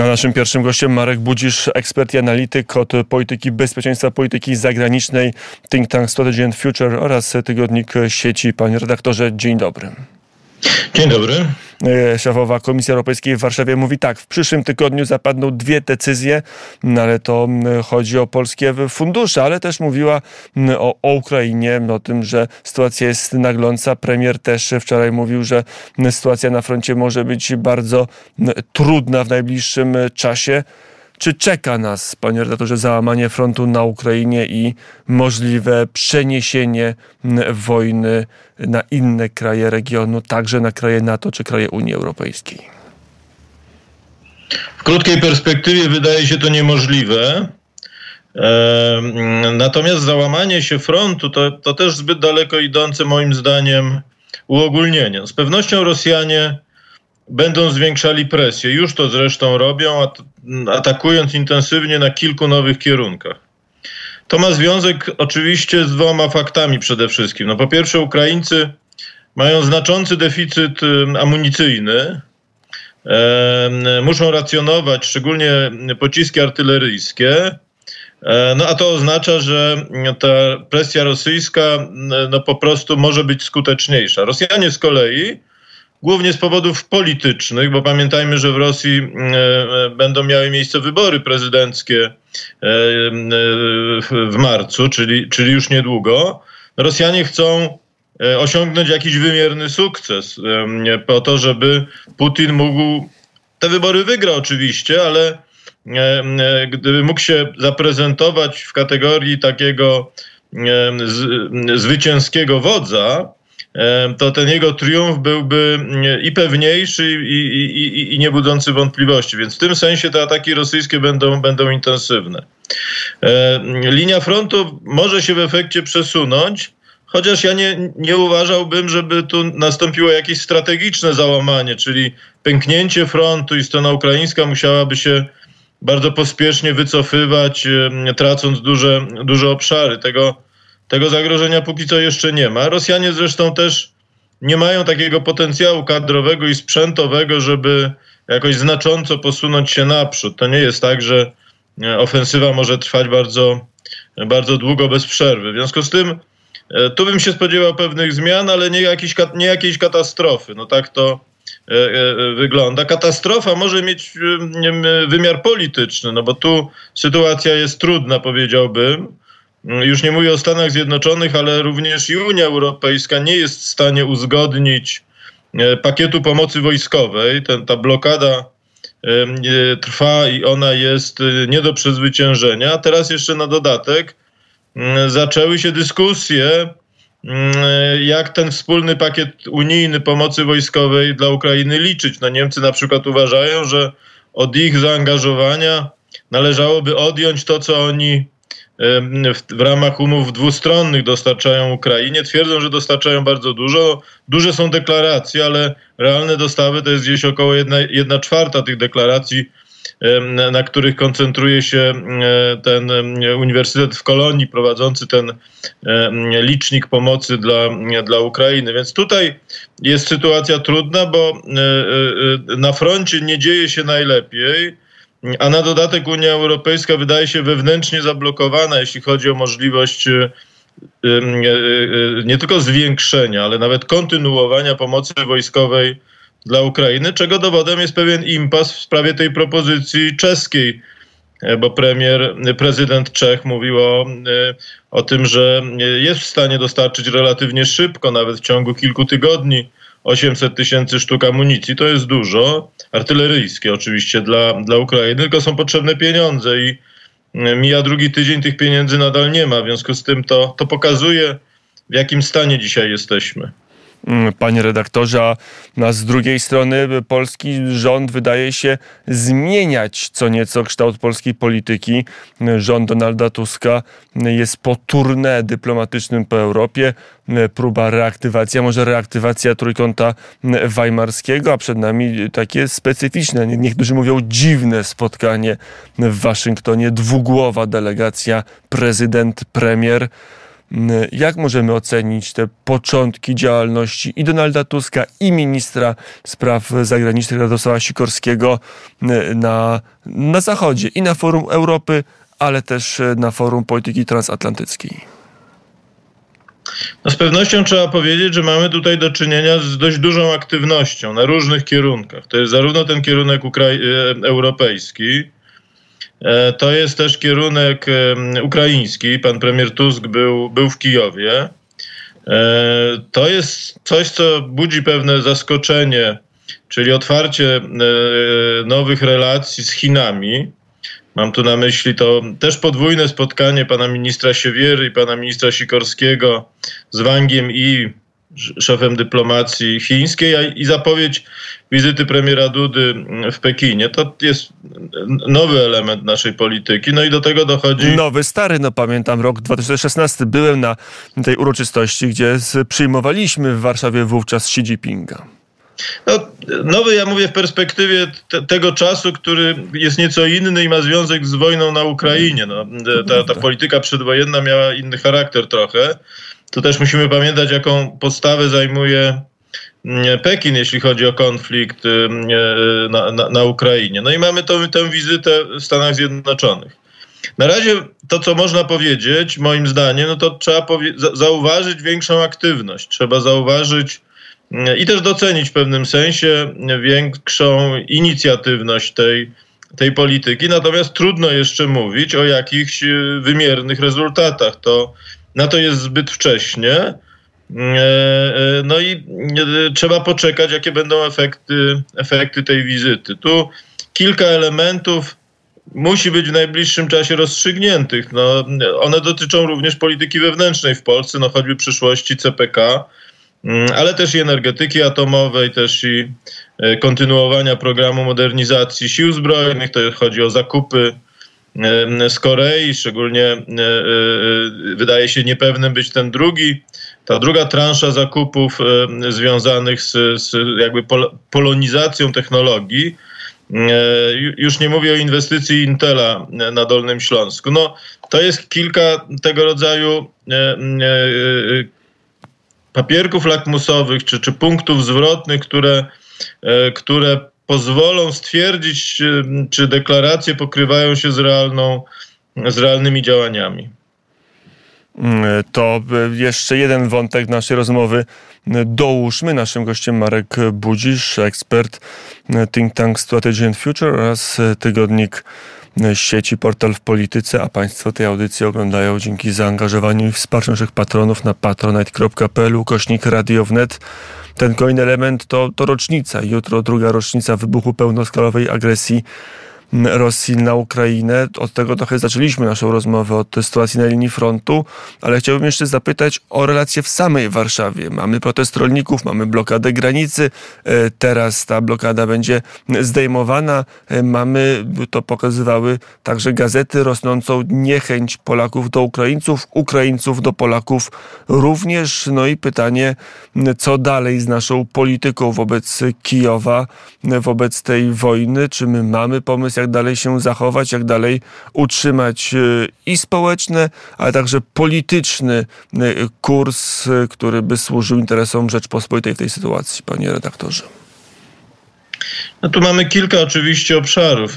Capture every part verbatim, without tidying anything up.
A naszym pierwszym gościem Marek Budzisz, ekspert i analityk od polityki bezpieczeństwa, polityki zagranicznej, think tank Strategy and Future oraz tygodnik Sieci. Panie redaktorze, dzień dobry. Dzień dobry. Szefowa Komisji Europejskiej w Warszawie mówi tak: w przyszłym tygodniu zapadną dwie decyzje, no ale to chodzi o polskie fundusze, ale też mówiła o, o Ukrainie, o tym, że sytuacja jest nagląca. Premier też wczoraj mówił, że sytuacja na froncie może być bardzo trudna w najbliższym czasie. Czy czeka nas, panie redaktorze, załamanie frontu na Ukrainie i możliwe przeniesienie wojny na inne kraje regionu, także na kraje NATO czy kraje Unii Europejskiej? W krótkiej perspektywie wydaje się to niemożliwe. Natomiast załamanie się frontu to, to też zbyt daleko idące, moim zdaniem, uogólnienie. Z pewnością Rosjanie będą zwiększali presję. Już to zresztą robią, atakując intensywnie na kilku nowych kierunkach. To ma związek oczywiście z dwoma faktami przede wszystkim. No, po pierwsze, Ukraińcy mają znaczący deficyt amunicyjny. E, muszą racjonować szczególnie pociski artyleryjskie. E, no a to oznacza, że ta presja rosyjska no, po prostu może być skuteczniejsza. Rosjanie z kolei, głównie z powodów politycznych, bo pamiętajmy, że w Rosji e, będą miały miejsce wybory prezydenckie e, e, w marcu, czyli, czyli już niedługo. Rosjanie chcą e, osiągnąć jakiś wymierny sukces e, po to, żeby Putin mógł te wybory wygrać oczywiście, ale e, e, gdyby mógł się zaprezentować w kategorii takiego e, z, zwycięskiego wodza, to ten jego triumf byłby i pewniejszy, i, i, i, i nie budzący wątpliwości. Więc w tym sensie te ataki rosyjskie będą, będą intensywne. E, linia frontu może się w efekcie przesunąć, chociaż ja nie, nie uważałbym, żeby tu nastąpiło jakieś strategiczne załamanie, czyli pęknięcie frontu i strona ukraińska musiałaby się bardzo pospiesznie wycofywać, e, tracąc duże, duże obszary. Tego Tego zagrożenia póki co jeszcze nie ma. Rosjanie zresztą też nie mają takiego potencjału kadrowego i sprzętowego, żeby jakoś znacząco posunąć się naprzód. To nie jest tak, że ofensywa może trwać bardzo, bardzo długo bez przerwy. W związku z tym tu bym się spodziewał pewnych zmian, ale nie, jakiś, nie jakiejś katastrofy. No tak to wygląda. Katastrofa może mieć wymiar polityczny, no bo tu sytuacja jest trudna, powiedziałbym. Już nie mówię o Stanach Zjednoczonych, ale również i Unia Europejska nie jest w stanie uzgodnić pakietu pomocy wojskowej. Ten, ta blokada trwa i ona jest nie do przezwyciężenia. Teraz jeszcze na dodatek zaczęły się dyskusje, jak ten wspólny pakiet unijny pomocy wojskowej dla Ukrainy liczyć. No, Niemcy na przykład uważają, że od ich zaangażowania należałoby odjąć to, co oni W, w ramach umów dwustronnych dostarczają Ukrainie. Twierdzą, że dostarczają bardzo dużo. Duże są deklaracje, ale realne dostawy to jest gdzieś około jedna, jedna czwarta tych deklaracji, na których koncentruje się ten uniwersytet w Kolonii prowadzący ten licznik pomocy dla, dla Ukrainy. Więc tutaj jest sytuacja trudna, bo na froncie nie dzieje się najlepiej, a na dodatek Unia Europejska wydaje się wewnętrznie zablokowana, jeśli chodzi o możliwość nie tylko zwiększenia, ale nawet kontynuowania pomocy wojskowej dla Ukrainy, czego dowodem jest pewien impas w sprawie tej propozycji czeskiej, bo premier, prezydent Czech mówił o, o tym, że jest w stanie dostarczyć relatywnie szybko, nawet w ciągu kilku tygodni, osiemset tysięcy sztuk amunicji. To jest dużo, artyleryjskie oczywiście dla, dla Ukrainy, tylko są potrzebne pieniądze i mija drugi tydzień, tych pieniędzy nadal nie ma. W związku z tym to, to pokazuje, w jakim stanie dzisiaj jesteśmy. Panie redaktorze, a z drugiej strony polski rząd wydaje się zmieniać co nieco kształt polskiej polityki. Rząd Donalda Tuska jest po tournée dyplomatycznym po Europie. Próba reaktywacji, a może reaktywacja trójkąta weimarskiego, a przed nami takie specyficzne, niektórzy mówią dziwne spotkanie w Waszyngtonie. Dwugłowa delegacja, prezydent, premier. Jak możemy ocenić te początki działalności i Donalda Tuska, i ministra spraw zagranicznych Radosława Sikorskiego na, na Zachodzie i na forum Europy, ale też na forum polityki transatlantyckiej? No z pewnością trzeba powiedzieć, że mamy tutaj do czynienia z dość dużą aktywnością na różnych kierunkach. To jest zarówno ten kierunek ukra- europejski, to jest też kierunek ukraiński. Pan premier Tusk był, był w Kijowie. To jest coś, co budzi pewne zaskoczenie, czyli otwarcie nowych relacji z Chinami. Mam tu na myśli to też podwójne spotkanie pana ministra Siewiery i pana ministra Sikorskiego z Wangiem i szefem dyplomacji chińskiej i zapowiedź wizyty premiera Dudy w Pekinie. To jest nowy element naszej polityki. No i do tego dochodzi... Nowy, stary, no pamiętam rok dwa tysiące szesnasty. Byłem na tej uroczystości, gdzie przyjmowaliśmy w Warszawie wówczas Xi Jinpinga. No, nowy, ja mówię w perspektywie te, tego czasu, który jest nieco inny i ma związek z wojną na Ukrainie. No, ta, ta polityka przedwojenna miała inny charakter trochę. Tu też musimy pamiętać, jaką postawę zajmuje Pekin, jeśli chodzi o konflikt na, na, na Ukrainie. No i mamy tą, tę wizytę w Stanach Zjednoczonych. Na razie to, co można powiedzieć, moim zdaniem, no to trzeba powie- zauważyć większą aktywność. Trzeba zauważyć i też docenić w pewnym sensie większą inicjatywność tej, tej polityki. Natomiast trudno jeszcze mówić o jakichś wymiernych rezultatach. To, na to jest zbyt wcześnie. No i trzeba poczekać, jakie będą efekty, efekty tej wizyty. Tu kilka elementów musi być w najbliższym czasie rozstrzygniętych. No, one dotyczą również polityki wewnętrznej w Polsce, no choćby przyszłości C P K, ale też i energetyki atomowej, też i kontynuowania programu modernizacji sił zbrojnych. To chodzi o zakupy z Korei, szczególnie wydaje się niepewnym być ten drugi, ta druga transza zakupów związanych z, z jakby pol- polonizacją technologii. Już nie mówię o inwestycji Intela na Dolnym Śląsku. No, to jest kilka tego rodzaju papierków lakmusowych czy, czy punktów zwrotnych, które, które pozwolą stwierdzić, czy deklaracje pokrywają się z, realną, z realnymi działaniami. To jeszcze jeden wątek naszej rozmowy dołóżmy. Naszym gościem Marek Budzisz, ekspert Think Tank Strategy and Future oraz tygodnik sieci Portal w Polityce, a państwo tej audycji oglądają dzięki zaangażowaniu i wsparciu naszych patronów na patronite kropka p l ukośnik radio wnet. Ten kolejny element to, to rocznica. Jutro druga rocznica wybuchu pełnoskalowej agresji Rosji na Ukrainę. Od tego trochę zaczęliśmy naszą rozmowę, od sytuacji na linii frontu, ale chciałbym jeszcze zapytać o relacje w samej Warszawie. Mamy protest rolników, mamy blokadę granicy, teraz ta blokada będzie zdejmowana. Mamy, to pokazywały także gazety, rosnącą niechęć Polaków do Ukraińców, Ukraińców do Polaków również. No i pytanie, co dalej z naszą polityką wobec Kijowa, wobec tej wojny? Czy my mamy pomysł, jak dalej się zachować, jak dalej utrzymać i społeczny, ale także polityczny kurs, który by służył interesom Rzeczpospolitej w tej sytuacji, panie redaktorze? No tu mamy kilka oczywiście obszarów.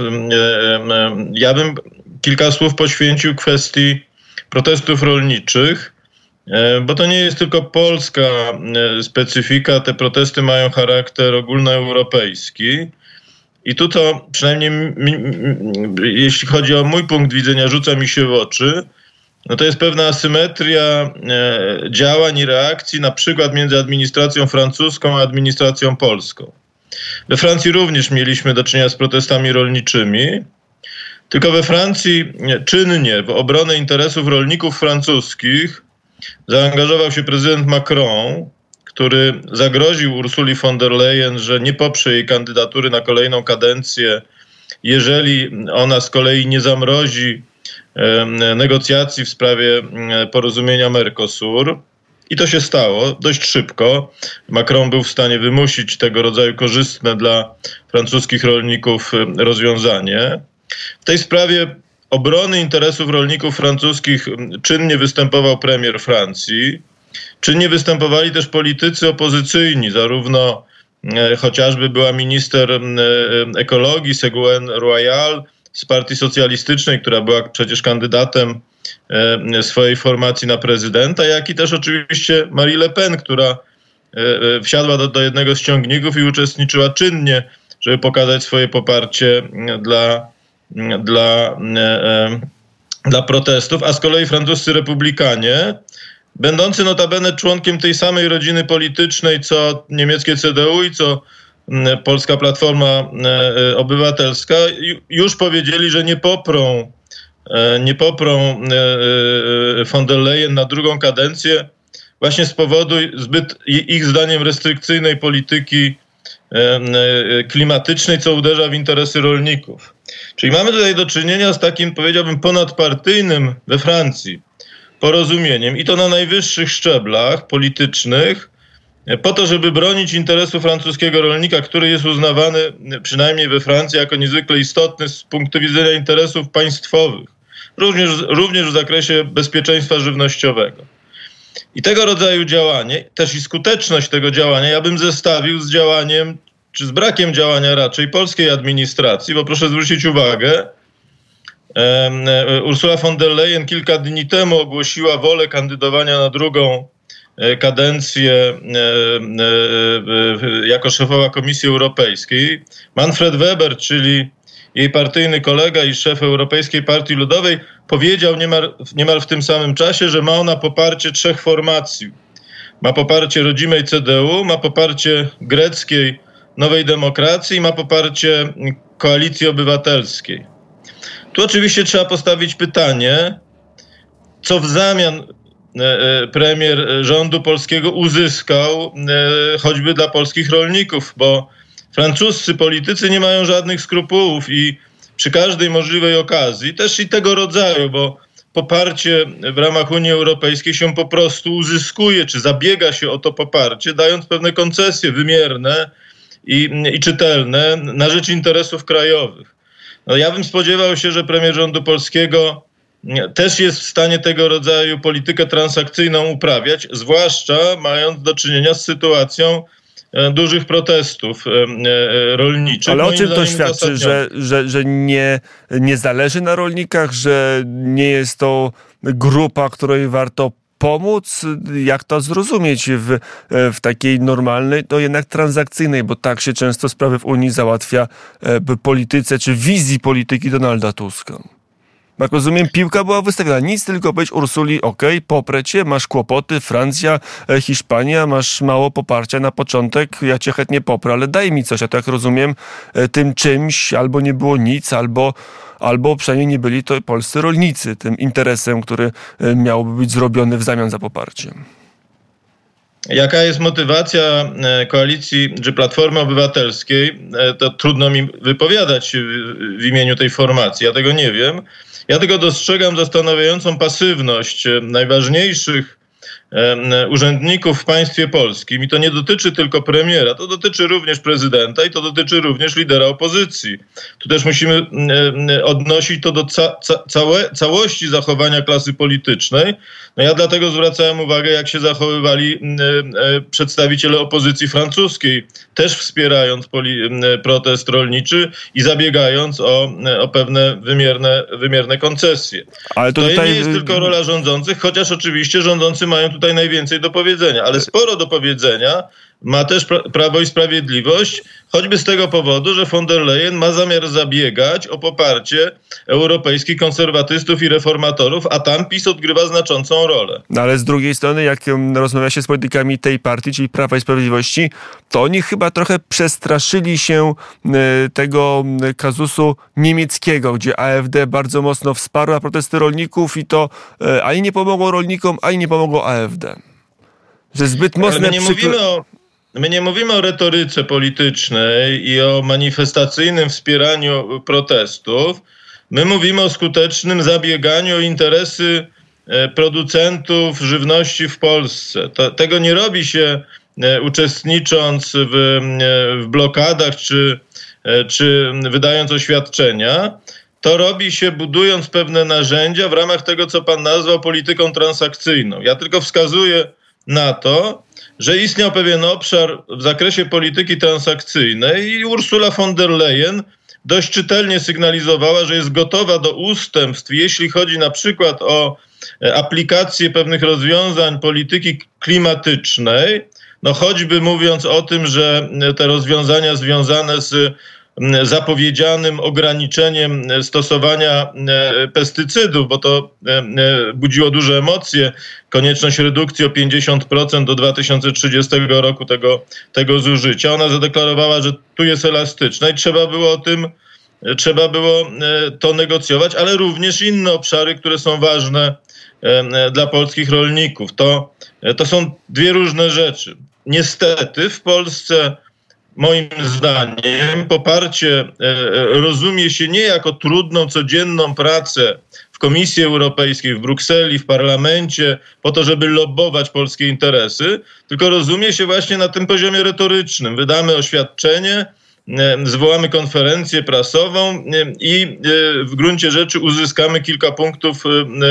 Ja bym kilka słów poświęcił kwestii protestów rolniczych, bo to nie jest tylko polska specyfika. Te protesty mają charakter ogólnoeuropejski. I tu to przynajmniej m, m, jeśli chodzi o mój punkt widzenia, rzuca mi się w oczy, no to jest pewna asymetria e, działań i reakcji, na przykład między administracją francuską a administracją polską. We Francji również mieliśmy do czynienia z protestami rolniczymi, tylko we Francji czynnie w obronę interesów rolników francuskich zaangażował się prezydent Macron, który zagroził Ursuli von der Leyen, że nie poprze jej kandydatury na kolejną kadencję, jeżeli ona z kolei nie zamrozi e, negocjacji w sprawie e, porozumienia Mercosur. I to się stało dość szybko. Macron był w stanie wymusić tego rodzaju korzystne dla francuskich rolników rozwiązanie. W tej sprawie obrony interesów rolników francuskich czynnie występował premier Francji. Czynnie występowali też politycy opozycyjni, zarówno e, chociażby była minister e, ekologii Ségolène Royal z Partii Socjalistycznej, która była przecież kandydatem e, swojej formacji na prezydenta, jak i też oczywiście Marie Le Pen, która e, wsiadła do, do jednego z ciągników i uczestniczyła czynnie, żeby pokazać swoje poparcie dla, dla, e, dla protestów, a z kolei francuscy republikanie, będący notabene członkiem tej samej rodziny politycznej, co niemieckie C D U i co Polska Platforma Obywatelska, już powiedzieli, że nie poprą, nie poprą von der Leyen na drugą kadencję właśnie z powodu zbyt ich zdaniem restrykcyjnej polityki klimatycznej, co uderza w interesy rolników. Czyli mamy tutaj do czynienia z takim, powiedziałbym, ponadpartyjnym we Francji porozumieniem i to na najwyższych szczeblach politycznych po to, żeby bronić interesu francuskiego rolnika, który jest uznawany przynajmniej we Francji jako niezwykle istotny z punktu widzenia interesów państwowych, również, również w zakresie bezpieczeństwa żywnościowego. I tego rodzaju działanie, też i skuteczność tego działania ja bym zestawił z działaniem, czy z brakiem działania raczej polskiej administracji, bo proszę zwrócić uwagę, Ursula von der Leyen kilka dni temu ogłosiła wolę kandydowania na drugą kadencję jako szefowa Komisji Europejskiej. Manfred Weber, czyli jej partyjny kolega i szef Europejskiej Partii Ludowej, powiedział niemal, niemal w tym samym czasie, że ma ona poparcie trzech formacji. Ma poparcie rodzimej C D U, ma poparcie greckiej Nowej Demokracji i ma poparcie Koalicji Obywatelskiej. Tu oczywiście trzeba postawić pytanie, co w zamian premier rządu polskiego uzyskał choćby dla polskich rolników, bo francuscy politycy nie mają żadnych skrupułów i przy każdej możliwej okazji, też i tego rodzaju, bo poparcie w ramach Unii Europejskiej się po prostu uzyskuje, czy zabiega się o to poparcie, dając pewne koncesje wymierne i, i czytelne na rzecz interesów krajowych. No ja bym spodziewał się, że premier rządu polskiego też jest w stanie tego rodzaju politykę transakcyjną uprawiać, zwłaszcza mając do czynienia z sytuacją dużych protestów rolniczych. Ale o czym to świadczy, że, że, że nie, nie zależy na rolnikach, że nie jest to grupa, której warto pomóc? Jak to zrozumieć w, w takiej normalnej, to jednak transakcyjnej, bo tak się często sprawy w Unii załatwia w polityce czy wizji polityki Donalda Tuska. Jak rozumiem, piłka była wystawiona. Nic, tylko powiedzieć Ursuli, okej, okay, poprę cię, masz kłopoty, Francja, Hiszpania, masz mało poparcia na początek, ja cię chętnie poprę, ale daj mi coś. A to jak rozumiem, tym czymś albo nie było nic, albo, albo przynajmniej nie byli to polscy rolnicy, tym interesem, który miałby być zrobiony w zamian za poparcie. Jaka jest motywacja koalicji czy Platformy Obywatelskiej, to trudno mi wypowiadać w imieniu tej formacji. Ja tego nie wiem. Ja tylko dostrzegam zastanawiającą pasywność najważniejszych urzędników w państwie polskim i to nie dotyczy tylko premiera, to dotyczy również prezydenta i to dotyczy również lidera opozycji. Tu też musimy odnosić to do ca- ca- całe, całości zachowania klasy politycznej. No ja dlatego zwracałem uwagę, jak się zachowywali przedstawiciele opozycji francuskiej, też wspierając poli- protest rolniczy i zabiegając o, o pewne wymierne, wymierne koncesje. Ale to, to tutaj... nie jest tylko rola rządzących, chociaż oczywiście rządzący mają tutaj najwięcej do powiedzenia, ale sporo do powiedzenia ma też Prawo i Sprawiedliwość, choćby z tego powodu, że von der Leyen ma zamiar zabiegać o poparcie europejskich konserwatystów i reformatorów, a tam PiS odgrywa znaczącą rolę. No ale z drugiej strony, jak rozmawia się z politykami tej partii, czyli Prawa i Sprawiedliwości, to oni chyba trochę przestraszyli się tego kazusu niemieckiego, gdzie A F D bardzo mocno wsparła protesty rolników i to ani nie pomogło rolnikom, ani nie pomogło A F D. Że zbyt mocne... Ale my nie mówimy o... My nie mówimy o retoryce politycznej i o manifestacyjnym wspieraniu protestów. My mówimy o skutecznym zabieganiu o interesy producentów żywności w Polsce. To, tego nie robi się uczestnicząc w, w blokadach czy, czy wydając oświadczenia, to robi się budując pewne narzędzia w ramach tego, co pan nazwał polityką transakcyjną. Ja tylko wskazuję na to, że istniał pewien obszar w zakresie polityki transakcyjnej i Ursula von der Leyen dość czytelnie sygnalizowała, że jest gotowa do ustępstw, jeśli chodzi na przykład o aplikację pewnych rozwiązań polityki klimatycznej, no choćby mówiąc o tym, że te rozwiązania związane z zapowiedzianym ograniczeniem stosowania pestycydów, bo to budziło duże emocje, konieczność redukcji o pięćdziesiąt procent do dwa tysiące trzydziestego roku tego, tego zużycia. Ona zadeklarowała, że tu jest elastyczna i trzeba było o tym, trzeba było to negocjować, ale również inne obszary, które są ważne dla polskich rolników. To, to są dwie różne rzeczy. Niestety w Polsce, moim zdaniem, poparcie rozumie się nie jako trudną, codzienną pracę w Komisji Europejskiej, w Brukseli, w Parlamencie, po to, żeby lobbować polskie interesy, tylko rozumie się właśnie na tym poziomie retorycznym. Wydamy oświadczenie, zwołamy konferencję prasową i w gruncie rzeczy uzyskamy kilka punktów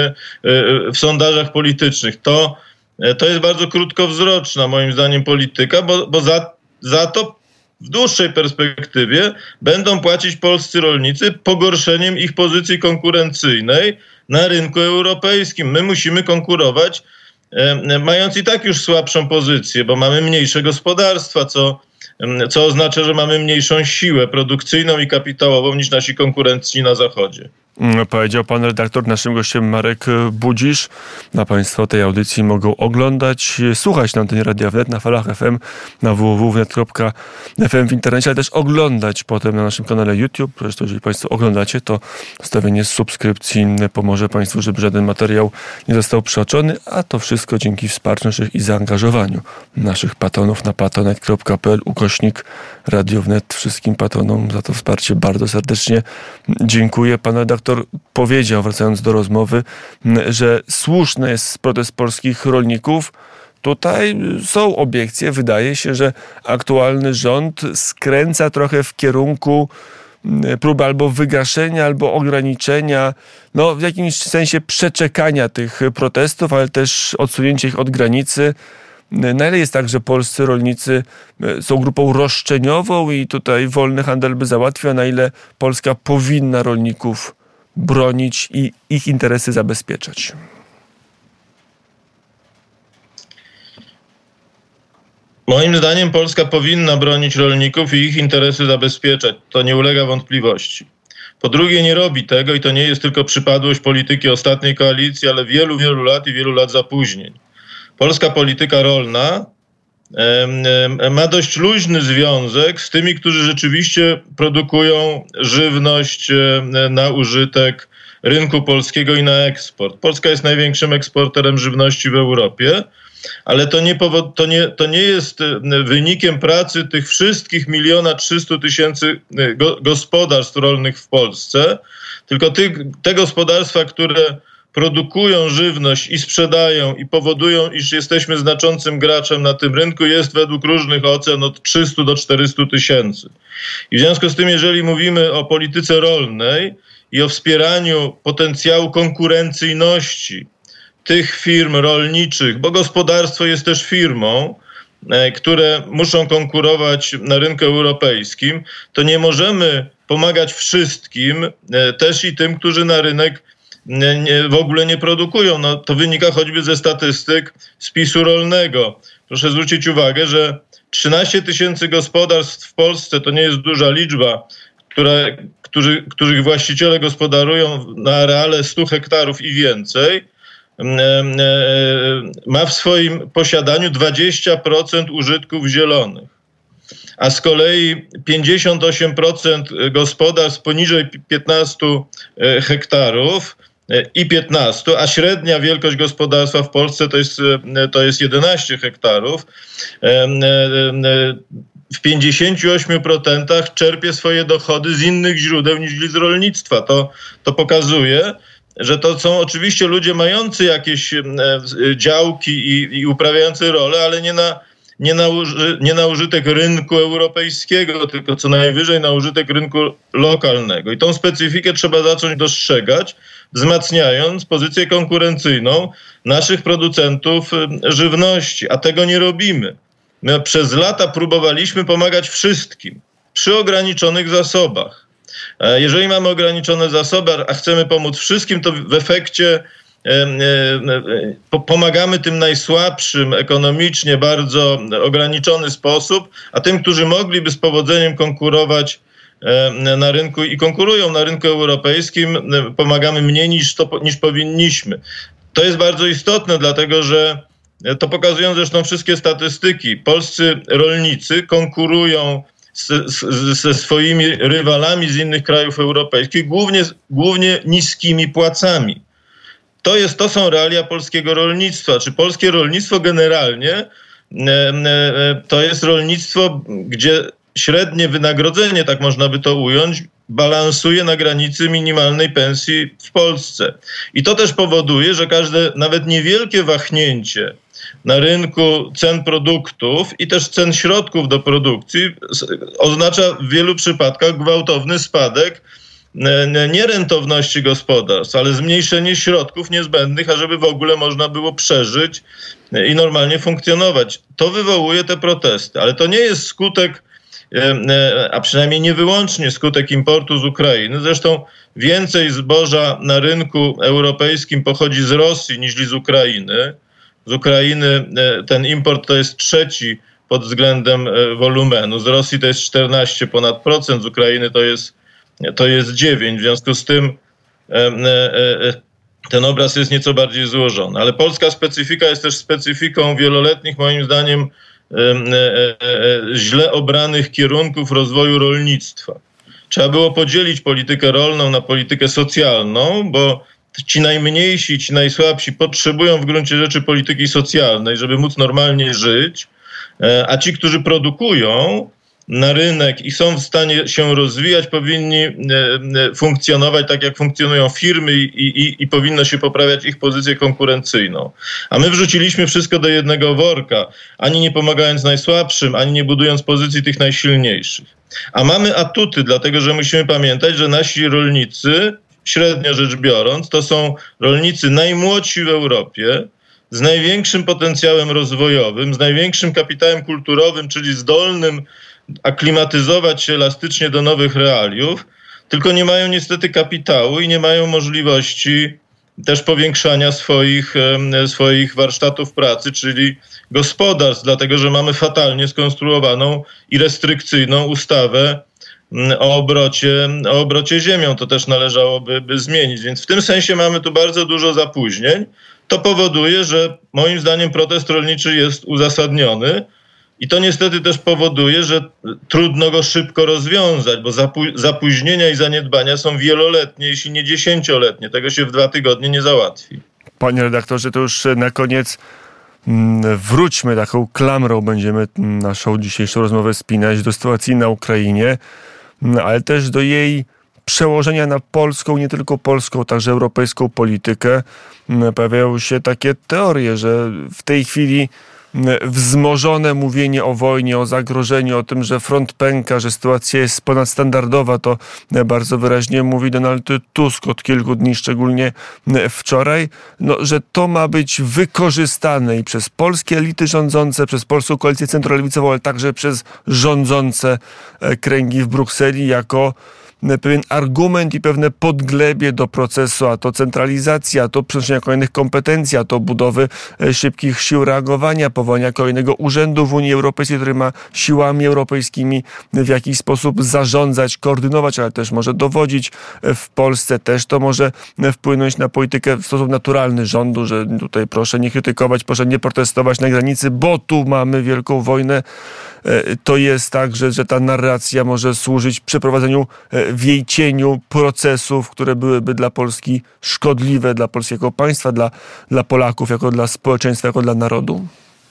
w sondażach politycznych. To, to jest bardzo krótkowzroczna, moim zdaniem, polityka, bo, bo za, za to w dłuższej perspektywie będą płacić polscy rolnicy pogorszeniem ich pozycji konkurencyjnej na rynku europejskim. My musimy konkurować, mając i tak już słabszą pozycję, bo mamy mniejsze gospodarstwa, co co oznacza, że mamy mniejszą siłę produkcyjną i kapitałową niż nasi konkurenci na Zachodzie. Powiedział pan redaktor, naszym gościem Marek Budzisz. A państwo tej audycji mogą oglądać, słuchać na antenie Radia Wnet, na falach F M, na w w w kropka wnet kropka f m w internecie, ale też oglądać potem na naszym kanale YouTube. Zresztą jeżeli państwo oglądacie, to stawienie subskrypcji pomoże państwu, żeby żaden materiał nie został przeoczony, a to wszystko dzięki wsparciu naszych i zaangażowaniu naszych patronów na patronite kropka p l ukośnik Radio Wnet. Wszystkim patronom za to wsparcie bardzo serdecznie dziękuję. Pan redaktor powiedział, wracając do rozmowy, że słuszny jest protest polskich rolników. Tutaj są obiekcje. Wydaje się, że aktualny rząd skręca trochę w kierunku próby albo wygaszenia, albo ograniczenia, no w jakimś sensie przeczekania tych protestów, ale też odsunięcia ich od granicy. Na ile jest tak, że polscy rolnicy są grupą roszczeniową i tutaj wolny handel by załatwił, a na ile Polska powinna rolników bronić i ich interesy zabezpieczać? Moim zdaniem Polska powinna bronić rolników i ich interesy zabezpieczać. To nie ulega wątpliwości. Po drugie, nie robi tego i to nie jest tylko przypadłość polityki ostatniej koalicji, ale wielu, wielu lat i wielu lat zapóźnień. Polska polityka rolna ma dość luźny związek z tymi, którzy rzeczywiście produkują żywność na użytek rynku polskiego i na eksport. Polska jest największym eksporterem żywności w Europie, ale to nie, powod, to nie, to nie jest wynikiem pracy tych wszystkich miliona trzystu tysięcy go, gospodarstw rolnych w Polsce, tylko tych, te gospodarstwa, które produkują żywność i sprzedają i powodują, iż jesteśmy znaczącym graczem na tym rynku, jest według różnych ocen od trzystu do czterystu tysięcy. I w związku z tym, jeżeli mówimy o polityce rolnej i o wspieraniu potencjału konkurencyjności tych firm rolniczych, bo gospodarstwo jest też firmą, które muszą konkurować na rynku europejskim, to nie możemy pomagać wszystkim, też i tym, którzy na rynek Nie, nie, w ogóle nie produkują. No, to wynika choćby ze statystyk spisu rolnego. Proszę zwrócić uwagę, że trzynaście tysięcy gospodarstw w Polsce to nie jest duża liczba, które, którzy, których właściciele gospodarują na areale stu hektarów i więcej, ma w swoim posiadaniu dwadzieścia procent użytków zielonych. A z kolei pięćdziesiąt osiem procent gospodarstw poniżej piętnastu hektarów i piętnaście, a średnia wielkość gospodarstwa w Polsce to jest, to jest jedenaście hektarów, w pięćdziesięciu ośmiu procentach czerpie swoje dochody z innych źródeł niż z rolnictwa. To, to pokazuje, że to są oczywiście ludzie mający jakieś działki i, i uprawiający rolę, ale nie na nie na, uży, nie na użytek rynku europejskiego, tylko co najwyżej na użytek rynku lokalnego. I tą specyfikę trzeba zacząć dostrzegać, wzmacniając pozycję konkurencyjną naszych producentów żywności, a tego nie robimy. My przez lata próbowaliśmy pomagać wszystkim przy ograniczonych zasobach. Jeżeli mamy ograniczone zasoby, a chcemy pomóc wszystkim, to w efekcie pomagamy tym najsłabszym ekonomicznie, bardzo ograniczony sposób, a tym, którzy mogliby z powodzeniem konkurować na rynku i konkurują na rynku europejskim, pomagamy mniej niż, to, niż powinniśmy. To jest bardzo istotne, dlatego że to pokazują zresztą wszystkie statystyki. Polscy rolnicy konkurują ze swoimi rywalami z innych krajów europejskich, głównie, głównie niskimi płacami. To, jest, to są realia polskiego rolnictwa. Czy polskie rolnictwo generalnie to jest rolnictwo, gdzie średnie wynagrodzenie, tak można by to ująć, balansuje na granicy minimalnej pensji w Polsce. I to też powoduje, że każde nawet niewielkie wahnięcie na rynku cen produktów i też cen środków do produkcji oznacza w wielu przypadkach gwałtowny spadek nie rentowności gospodarstw, ale zmniejszenie środków niezbędnych, ażeby w ogóle można było przeżyć i normalnie funkcjonować. To wywołuje te protesty, ale to nie jest skutek, a przynajmniej nie wyłącznie skutek importu z Ukrainy. Zresztą więcej zboża na rynku europejskim pochodzi z Rosji niż z Ukrainy. Z Ukrainy ten import to jest trzeci pod względem wolumenu. Z Rosji to jest czternaście ponad procent, z Ukrainy to jest, to jest dziewięć. W związku z tym ten obraz jest nieco bardziej złożony. Ale polska specyfika jest też specyfiką wieloletnich, moim zdaniem, źle obranych kierunków rozwoju rolnictwa. Trzeba było podzielić politykę rolną na politykę socjalną, bo ci najmniejsi, ci najsłabsi potrzebują w gruncie rzeczy polityki socjalnej, żeby móc normalnie żyć, a ci, którzy produkują na rynek i są w stanie się rozwijać, powinni funkcjonować tak, jak funkcjonują firmy i, i, i powinno się poprawiać ich pozycję konkurencyjną. A my wrzuciliśmy wszystko do jednego worka, ani nie pomagając najsłabszym, ani nie budując pozycji tych najsilniejszych. A mamy atuty, dlatego że musimy pamiętać, że nasi rolnicy, średnio rzecz biorąc, to są rolnicy najmłodsi w Europie, z największym potencjałem rozwojowym, z największym kapitałem kulturowym, czyli zdolnym aklimatyzować się elastycznie do nowych realiów, tylko nie mają niestety kapitału i nie mają możliwości też powiększania swoich, swoich warsztatów pracy, czyli gospodarstw, dlatego że mamy fatalnie skonstruowaną i restrykcyjną ustawę o obrocie, o obrocie ziemią. To też należałoby by zmienić. Więc w tym sensie mamy tu bardzo dużo zapóźnień. To powoduje, że moim zdaniem protest rolniczy jest uzasadniony i to niestety też powoduje, że trudno go szybko rozwiązać, bo zapó- zapóźnienia i zaniedbania są wieloletnie, jeśli nie dziesięcioletnie. Tego się w dwa tygodnie nie załatwi. Panie redaktorze, to już na koniec wróćmy taką klamrą, będziemy naszą dzisiejszą rozmowę spinać do sytuacji na Ukrainie, ale też do jej przełożenia na polską, nie tylko polską, także europejską politykę. Pojawiają się takie teorie, że w tej chwili wzmożone mówienie o wojnie, o zagrożeniu, o tym, że front pęka, że sytuacja jest ponadstandardowa, to bardzo wyraźnie mówi Donald Tusk od kilku dni, szczególnie wczoraj, no, że to ma być wykorzystane i przez polskie elity rządzące, przez polską koalicję centrolewicową, ale także przez rządzące kręgi w Brukseli jako pewien argument i pewne podglebie do procesu, a to centralizacja, a to przenoszenia kolejnych kompetencji, a to budowy szybkich sił reagowania, powołania kolejnego urzędu w Unii Europejskiej, który ma siłami europejskimi w jakiś sposób zarządzać, koordynować, ale też może dowodzić. W Polsce też to może wpłynąć na politykę w sposób naturalny rządu, że tutaj proszę nie krytykować, proszę nie protestować na granicy, bo tu mamy wielką wojnę. To jest tak, że, że ta narracja może służyć przeprowadzeniu w jej cieniu procesów, które byłyby dla Polski szkodliwe, dla polskiego państwa, dla, dla Polaków, jako dla społeczeństwa, jako dla narodu?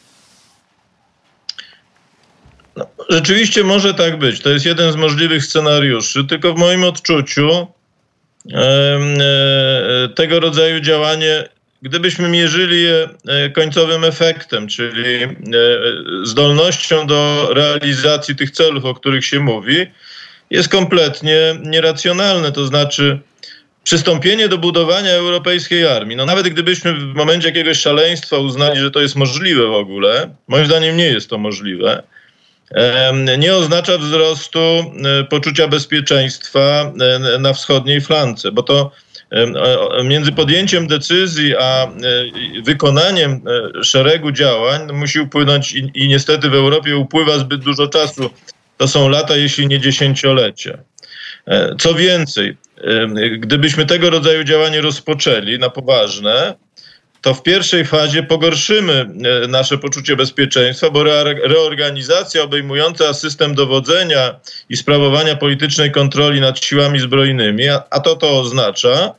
No, rzeczywiście może tak być. To jest jeden z możliwych scenariuszy, tylko w moim odczuciu e, e, tego rodzaju działanie gdybyśmy mierzyli je końcowym efektem, czyli zdolnością do realizacji tych celów, o których się mówi, jest kompletnie nieracjonalne. To znaczy przystąpienie do budowania europejskiej armii. No nawet gdybyśmy w momencie jakiegoś szaleństwa uznali, że to jest możliwe w ogóle, moim zdaniem nie jest to możliwe, nie oznacza wzrostu poczucia bezpieczeństwa na wschodniej flance, bo to między podjęciem decyzji a wykonaniem szeregu działań musi upłynąć i, i niestety w Europie upływa zbyt dużo czasu. To są lata, jeśli nie dziesięciolecia. Co więcej, gdybyśmy tego rodzaju działanie rozpoczęli na poważne, to w pierwszej fazie pogorszymy nasze poczucie bezpieczeństwa, bo reorganizacja obejmująca system dowodzenia i sprawowania politycznej kontroli nad siłami zbrojnymi, a to to oznacza,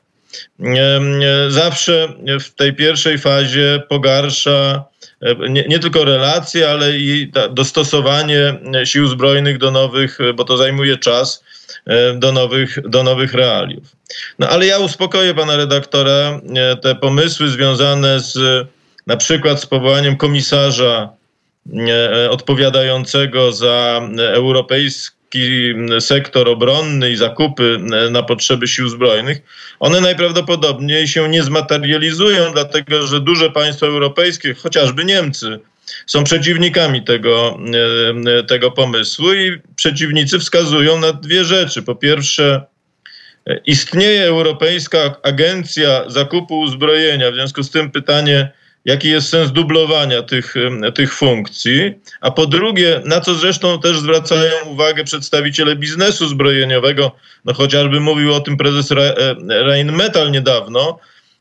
zawsze w tej pierwszej fazie pogarsza nie, nie tylko relacje, ale i dostosowanie sił zbrojnych do nowych, bo to zajmuje czas, do nowych, do nowych realiów. No ale ja uspokoję pana redaktora. Te pomysły związane z na przykład z powołaniem komisarza odpowiadającego za europejski sektor obronny i zakupy na potrzeby sił zbrojnych, one najprawdopodobniej się nie zmaterializują, dlatego że duże państwa europejskie, chociażby Niemcy, są przeciwnikami tego, tego pomysłu i przeciwnicy wskazują na dwie rzeczy. Po pierwsze, istnieje Europejska Agencja Zakupu Uzbrojenia, w związku z tym pytanie, jaki jest sens dublowania tych, tych funkcji, a po drugie, na co zresztą też zwracają uwagę przedstawiciele biznesu zbrojeniowego, no chociażby mówił o tym prezes Rheinmetall niedawno,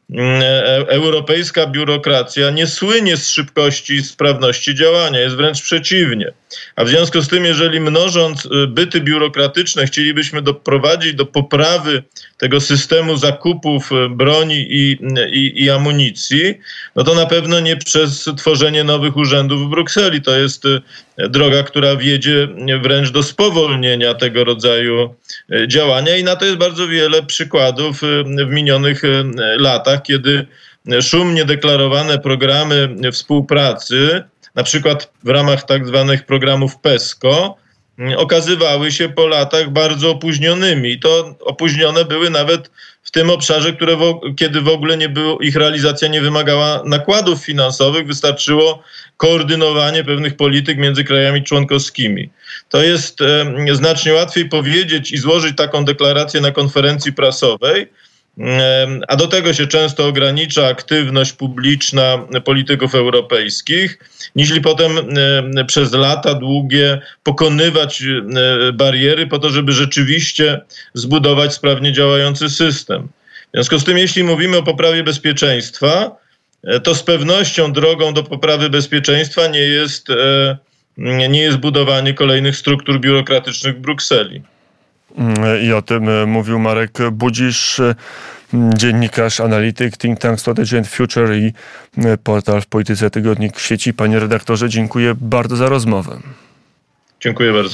europejska biurokracja nie słynie z szybkości i sprawności działania, jest wręcz przeciwnie. A w związku z tym, jeżeli mnożąc byty biurokratyczne chcielibyśmy doprowadzić do poprawy tego systemu zakupów broni i, i, i amunicji, no to na pewno nie przez tworzenie nowych urzędów w Brukseli. To jest droga, która wiedzie wręcz do spowolnienia tego rodzaju działania i na to jest bardzo wiele przykładów w minionych latach, kiedy szumnie deklarowane programy współpracy, na przykład w ramach tak zwanych programów PESCO, okazywały się po latach bardzo opóźnionymi. I to opóźnione były nawet w tym obszarze, które w, kiedy w ogóle nie było, ich realizacja nie wymagała nakładów finansowych, wystarczyło koordynowanie pewnych polityk między krajami członkowskimi. To jest e, znacznie łatwiej powiedzieć i złożyć taką deklarację na konferencji prasowej, a do tego się często ogranicza aktywność publiczna polityków europejskich, niźli potem przez lata długie pokonywać bariery po to, żeby rzeczywiście zbudować sprawnie działający system. W związku z tym, jeśli mówimy o poprawie bezpieczeństwa, to z pewnością drogą do poprawy bezpieczeństwa nie jest, nie jest budowanie kolejnych struktur biurokratycznych w Brukseli. I o tym mówił Marek Budzisz, dziennikarz, analityk, think tank Strategy and Future i portal w polityce Tygodnik w sieci. Panie redaktorze, dziękuję bardzo za rozmowę. Dziękuję bardzo.